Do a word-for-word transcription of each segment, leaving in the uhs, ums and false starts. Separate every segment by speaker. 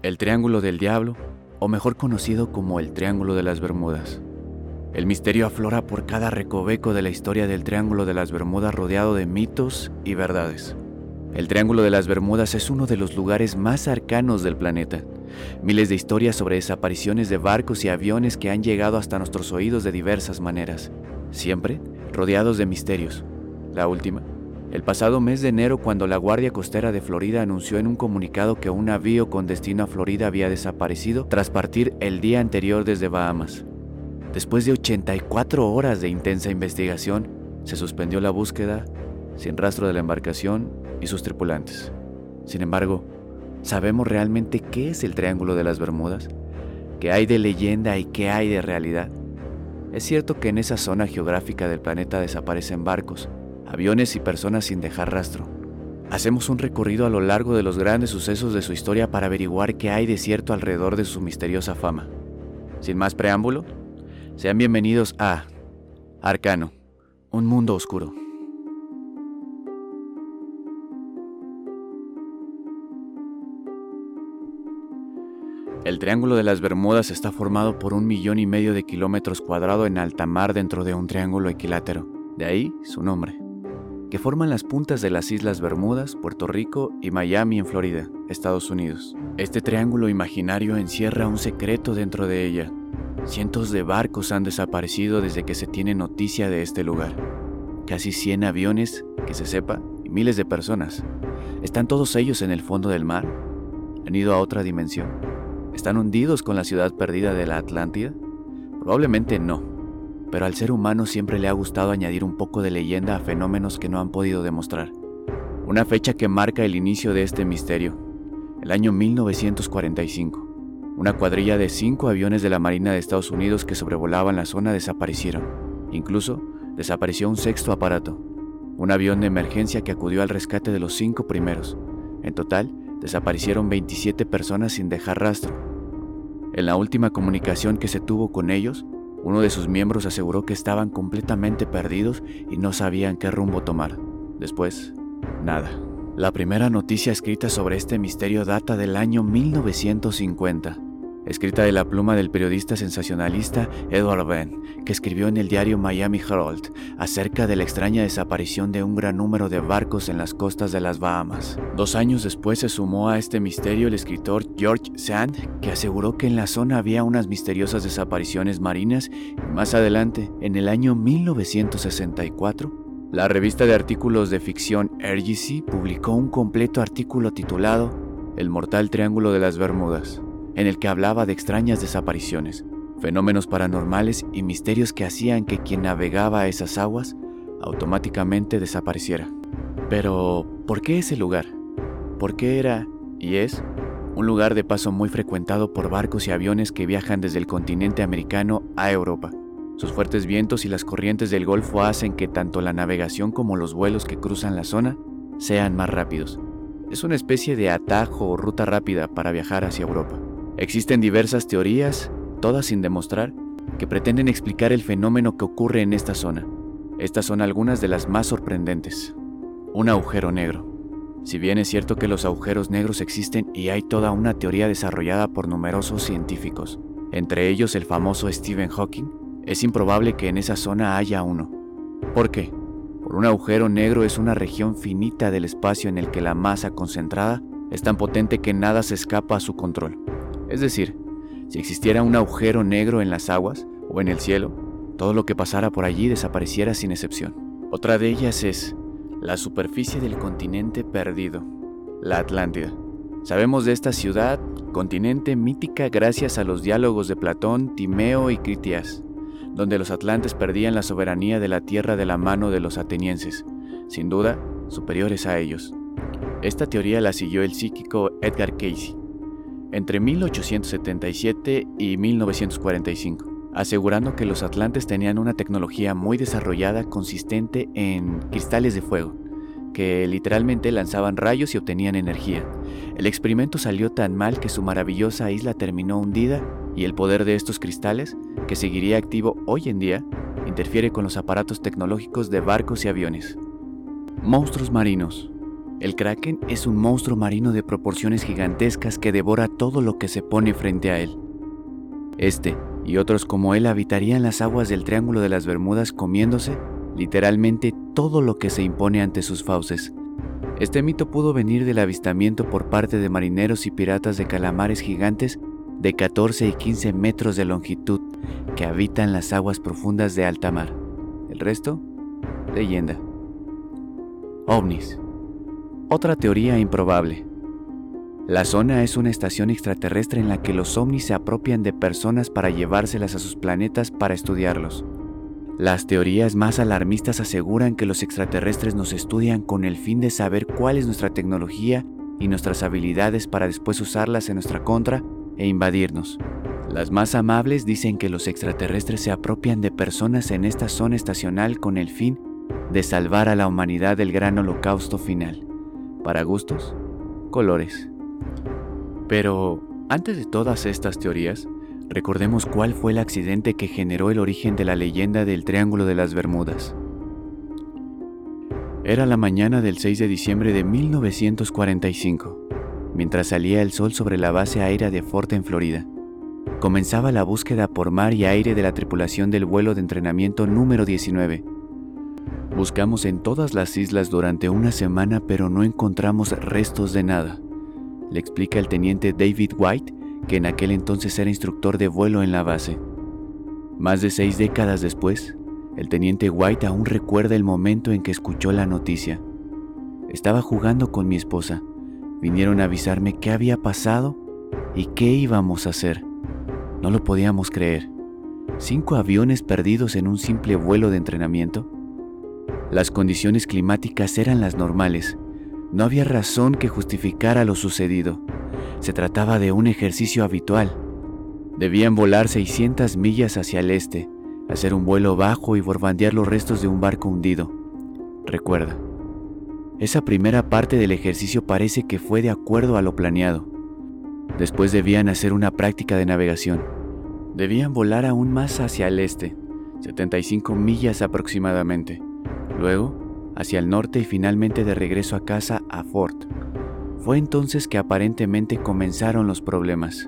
Speaker 1: El Triángulo del Diablo, o mejor conocido como el Triángulo de las Bermudas. El misterio aflora por cada recoveco de la historia del Triángulo de las Bermudas, rodeado de mitos y verdades. El Triángulo de las Bermudas es uno de los lugares más arcanos del planeta. Miles de historias sobre desapariciones de barcos y aviones que han llegado hasta nuestros oídos de diversas maneras, siempre rodeados de misterios. La última, el pasado mes de enero, cuando la Guardia Costera de Florida anunció en un comunicado que un navío con destino a Florida había desaparecido tras partir el día anterior desde Bahamas. Después de ochenta y cuatro horas de intensa investigación, se suspendió la búsqueda, sin rastro de la embarcación y sus tripulantes. Sin embargo, ¿sabemos realmente qué es el Triángulo de las Bermudas? ¿Qué hay de leyenda y qué hay de realidad? Es cierto que en esa zona geográfica del planeta desaparecen barcos, aviones y personas sin dejar rastro. Hacemos un recorrido a lo largo de los grandes sucesos de su historia para averiguar qué hay de cierto alrededor de su misteriosa fama. Sin más preámbulo, sean bienvenidos a Arcano, un mundo oscuro. El Triángulo de las Bermudas está formado por un millón y medio de kilómetros cuadrados en alta mar dentro de un triángulo equilátero, de ahí su nombre, que forman las puntas de las Islas Bermudas, Puerto Rico y Miami en Florida, Estados Unidos. Este triángulo imaginario encierra un secreto dentro de ella. Cientos de barcos han desaparecido desde que se tiene noticia de este lugar. Casi cien aviones, que se sepa, y miles de personas. ¿Están todos ellos en el fondo del mar? ¿Han ido a otra dimensión? ¿Están hundidos con la ciudad perdida de la Atlántida? Probablemente no, pero al ser humano siempre le ha gustado añadir un poco de leyenda a fenómenos que no han podido demostrar. Una fecha que marca el inicio de este misterio, el año mil novecientos cuarenta y cinco. Una cuadrilla de cinco aviones de la Marina de Estados Unidos que sobrevolaban la zona desaparecieron. Incluso desapareció un sexto aparato, un avión de emergencia que acudió al rescate de los cinco primeros. En total, desaparecieron veintisiete personas sin dejar rastro. En la última comunicación que se tuvo con ellos, uno de sus miembros aseguró que estaban completamente perdidos y no sabían qué rumbo tomar. Después, nada. La primera noticia escrita sobre este misterio data del año mil novecientos cincuenta, escrita de la pluma del periodista sensacionalista Edward Venn, que escribió en el diario Miami Herald acerca de la extraña desaparición de un gran número de barcos en las costas de las Bahamas. Dos años después se sumó a este misterio el escritor George Sand, que aseguró que en la zona había unas misteriosas desapariciones marinas, y más adelante, en el año mil novecientos sesenta y cuatro, la revista de artículos de ficción R G C publicó un completo artículo titulado El Mortal Triángulo de las Bermudas, en el que hablaba de extrañas desapariciones, fenómenos paranormales y misterios que hacían que quien navegaba a esas aguas automáticamente desapareciera. Pero, ¿por qué ese lugar? ¿Por qué era, y es, un lugar de paso muy frecuentado por barcos y aviones que viajan desde el continente americano a Europa? Sus fuertes vientos y las corrientes del Golfo hacen que tanto la navegación como los vuelos que cruzan la zona sean más rápidos. Es una especie de atajo o ruta rápida para viajar hacia Europa. Existen diversas teorías, todas sin demostrar, que pretenden explicar el fenómeno que ocurre en esta zona. Estas son algunas de las más sorprendentes. Un agujero negro. Si bien es cierto que los agujeros negros existen y hay toda una teoría desarrollada por numerosos científicos, entre ellos el famoso Stephen Hawking, es improbable que en esa zona haya uno. ¿Por qué? Por un agujero negro es una región finita del espacio en el que la masa concentrada es tan potente que nada se escapa a su control. Es decir, si existiera un agujero negro en las aguas o en el cielo, todo lo que pasara por allí desapareciera sin excepción. Otra de ellas es la superficie del continente perdido, la Atlántida. Sabemos de esta ciudad, continente mítica gracias a los diálogos de Platón, Timeo y Critias, donde los atlantes perdían la soberanía de la tierra de la mano de los atenienses, sin duda superiores a ellos. Esta teoría la siguió el psíquico Edgar Cayce entre mil ochocientos setenta y siete y mil novecientos cuarenta y cinco, asegurando que los atlantes tenían una tecnología muy desarrollada consistente en cristales de fuego, que literalmente lanzaban rayos y obtenían energía. El experimento salió tan mal que su maravillosa isla terminó hundida y el poder de estos cristales, que seguiría activo hoy en día, interfiere con los aparatos tecnológicos de barcos y aviones. Monstruos marinos. El kraken es un monstruo marino de proporciones gigantescas que devora todo lo que se pone frente a él. Este y otros como él habitarían las aguas del Triángulo de las Bermudas comiéndose, literalmente, todo lo que se impone ante sus fauces. Este mito pudo venir del avistamiento por parte de marineros y piratas de calamares gigantes de catorce y quince metros de longitud que habitan las aguas profundas de alta mar. El resto, leyenda. OVNIs. Otra teoría improbable. La zona es una estación extraterrestre en la que los ovnis se apropian de personas para llevárselas a sus planetas para estudiarlos. Las teorías más alarmistas aseguran que los extraterrestres nos estudian con el fin de saber cuál es nuestra tecnología y nuestras habilidades para después usarlas en nuestra contra e invadirnos. Las más amables dicen que los extraterrestres se apropian de personas en esta zona estacional con el fin de salvar a la humanidad del gran holocausto final. Para gustos, colores. Pero antes de todas estas teorías, recordemos cuál fue el accidente que generó el origen de la leyenda del Triángulo de las Bermudas. Era la mañana del seis de diciembre de mil novecientos cuarenta y cinco, mientras salía el sol sobre la base aérea de Fort en Florida. Comenzaba la búsqueda por mar y aire de la tripulación del vuelo de entrenamiento número diecinueve. Buscamos en todas las islas durante una semana, pero no encontramos restos de nada, le explica el teniente David White, que en aquel entonces era instructor de vuelo en la base. Más de seis décadas después, el teniente White aún recuerda el momento en que escuchó la noticia. Estaba jugando con mi esposa. Vinieron a avisarme qué había pasado y qué íbamos a hacer. No lo podíamos creer. ¿Cinco aviones perdidos en un simple vuelo de entrenamiento? Las condiciones climáticas eran las normales. No había razón que justificara lo sucedido. Se trataba de un ejercicio habitual. Debían volar seiscientas millas hacia el este, hacer un vuelo bajo y borbandear los restos de un barco hundido. Recuerda, esa primera parte del ejercicio parece que fue de acuerdo a lo planeado. Después debían hacer una práctica de navegación. Debían volar aún más hacia el este, setenta y cinco millas aproximadamente. Luego, hacia el norte y finalmente de regreso a casa a Fort. Fue entonces que aparentemente comenzaron los problemas.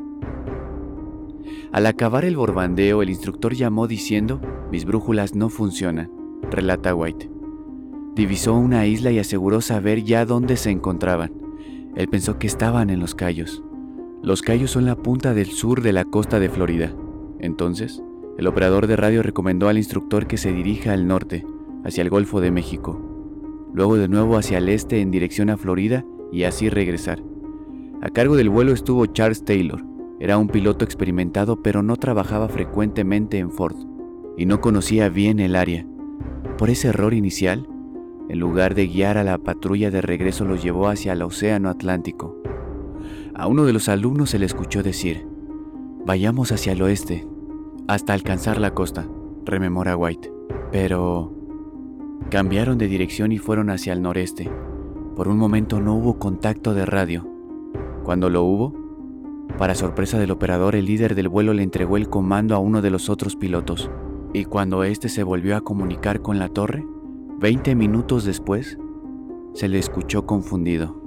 Speaker 1: Al acabar el borbandeo, el instructor llamó diciendo: «Mis brújulas no funcionan», relata White. Divisó una isla y aseguró saber ya dónde se encontraban. Él pensó que estaban en los Cayos. Los Cayos son la punta del sur de la costa de Florida. Entonces, el operador de radio recomendó al instructor que se dirija al norte, hacia el Golfo de México. Luego de nuevo hacia el este en dirección a Florida y así regresar. A cargo del vuelo estuvo Charles Taylor. Era un piloto experimentado, pero no trabajaba frecuentemente en Fort y no conocía bien el área. Por ese error inicial, en lugar de guiar a la patrulla de regreso, los llevó hacia el Océano Atlántico. A uno de los alumnos se le escuchó decir: «Vayamos hacia el oeste, hasta alcanzar la costa», rememora White. Pero cambiaron de dirección y fueron hacia el noreste. Por un momento no hubo contacto de radio. Cuando lo hubo, para sorpresa del operador, el líder del vuelo le entregó el comando a uno de los otros pilotos. Y cuando éste se volvió a comunicar con la torre, veinte minutos después, se le escuchó confundido.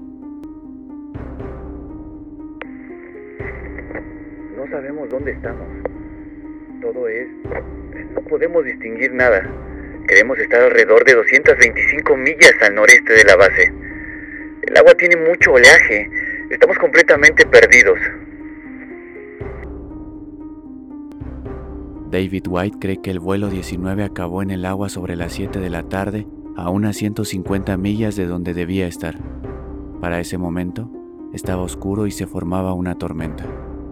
Speaker 2: No sabemos dónde estamos. Todo es... no podemos distinguir nada. Creemos estar alrededor de doscientas veinticinco millas al noreste de la base. El agua tiene mucho oleaje. Estamos completamente perdidos.
Speaker 1: David White cree que el vuelo diecinueve acabó en el agua sobre las siete de la tarde, a unas ciento cincuenta millas de donde debía estar. Para ese momento, estaba oscuro y se formaba una tormenta.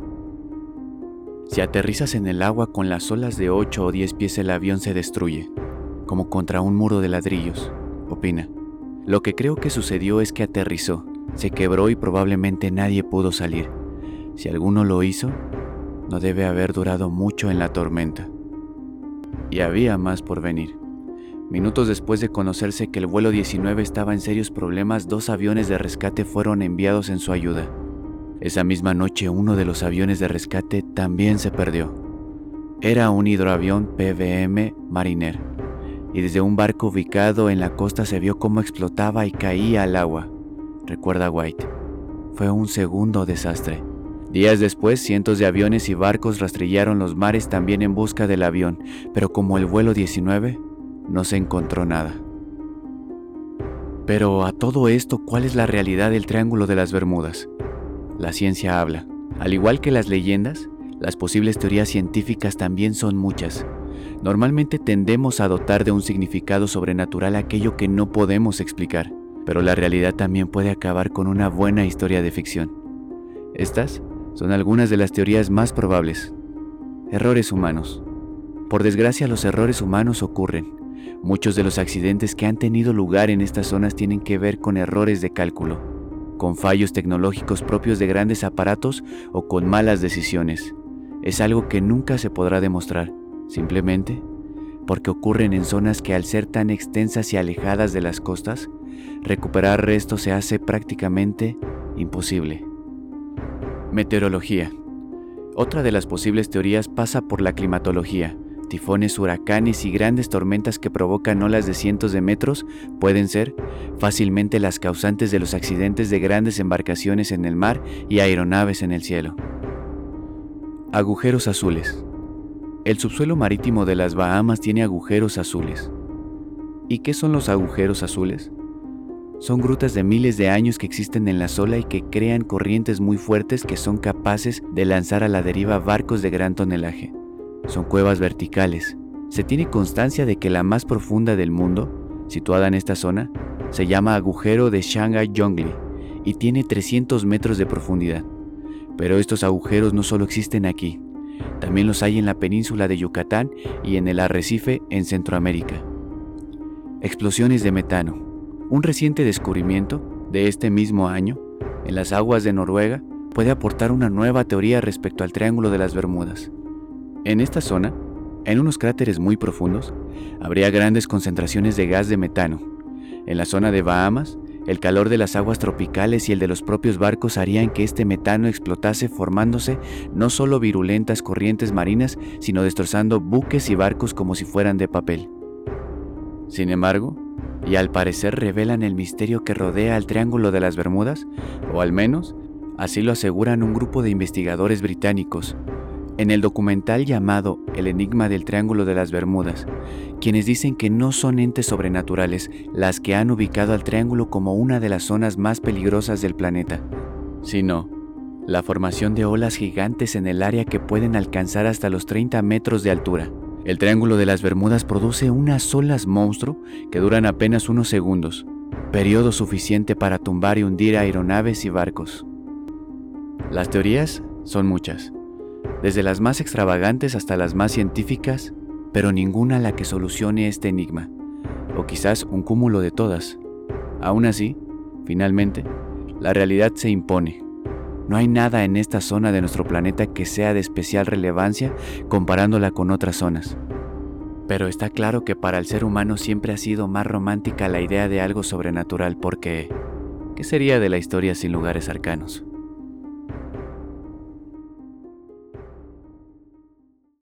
Speaker 1: Si aterrizas en el agua con las olas de ocho o diez pies, el avión se destruye, como contra un muro de ladrillos, opina. Lo que creo que sucedió es que aterrizó, se quebró y probablemente nadie pudo salir. Si alguno lo hizo, no debe haber durado mucho en la tormenta. Y había más por venir. Minutos después de conocerse que el vuelo diecinueve estaba en serios problemas, dos aviones de rescate fueron enviados en su ayuda. Esa misma noche, uno de los aviones de rescate también se perdió. Era un hidroavión P B M Mariner, y desde un barco ubicado en la costa se vio cómo explotaba y caía al agua. recuerda White. Fue un segundo desastre. Días después, cientos de aviones y barcos rastrillaron los mares también en busca del avión, pero como el vuelo diecinueve, no se encontró nada. Pero a todo esto, ¿cuál es la realidad del Triángulo de las Bermudas? La ciencia habla. Al igual que las leyendas, las posibles teorías científicas también son muchas. Normalmente tendemos a dotar de un significado sobrenatural aquello que no podemos explicar, pero la realidad también puede acabar con una buena historia de ficción. Estas son algunas de las teorías más probables. Errores humanos. Por desgracia, los errores humanos ocurren. Muchos de los accidentes que han tenido lugar en estas zonas tienen que ver con errores de cálculo, con fallos tecnológicos propios de grandes aparatos o con malas decisiones. Es algo que nunca se podrá demostrar, simplemente porque ocurren en zonas que al ser tan extensas y alejadas de las costas, recuperar restos se hace prácticamente imposible. Meteorología. Otra de las posibles teorías pasa por la climatología. Tifones, huracanes y grandes tormentas que provocan olas de cientos de metros pueden ser fácilmente las causantes de los accidentes de grandes embarcaciones en el mar y aeronaves en el cielo. Agujeros azules. El subsuelo marítimo de las Bahamas tiene agujeros azules. ¿Y qué son los agujeros azules? Son grutas de miles de años que existen en la ola y que crean corrientes muy fuertes que son capaces de lanzar a la deriva barcos de gran tonelaje. Son cuevas verticales. Se tiene constancia de que la más profunda del mundo, situada en esta zona, se llama agujero de Shanghai-Yongli y tiene trescientos metros de profundidad. Pero estos agujeros no solo existen aquí, también los hay en la península de Yucatán y en el arrecife en Centroamérica. Explosiones de metano. Un reciente descubrimiento de este mismo año, en las aguas de Noruega, puede aportar una nueva teoría respecto al Triángulo de las Bermudas. En esta zona, en unos cráteres muy profundos, habría grandes concentraciones de gas de metano. En la zona de Bahamas, el calor de las aguas tropicales y el de los propios barcos harían que este metano explotase, formándose no solo virulentas corrientes marinas, sino destrozando buques y barcos como si fueran de papel. Sin embargo, y al parecer revelan el misterio que rodea al Triángulo de las Bermudas, o al menos, así lo aseguran un grupo de investigadores británicos, en el documental llamado El Enigma del Triángulo de las Bermudas, quienes dicen que no son entes sobrenaturales las que han ubicado al triángulo como una de las zonas más peligrosas del planeta, sino la formación de olas gigantes en el área que pueden alcanzar hasta los treinta metros de altura. El Triángulo de las Bermudas produce unas olas monstruo que duran apenas unos segundos, periodo suficiente para tumbar y hundir aeronaves y barcos. Las teorías son muchas, desde las más extravagantes hasta las más científicas, pero ninguna la que solucione este enigma, o quizás un cúmulo de todas. Aún así, finalmente, la realidad se impone. No hay nada en esta zona de nuestro planeta que sea de especial relevancia comparándola con otras zonas. Pero está claro que para el ser humano siempre ha sido más romántica la idea de algo sobrenatural porque, ¿qué sería de la historia sin lugares arcanos?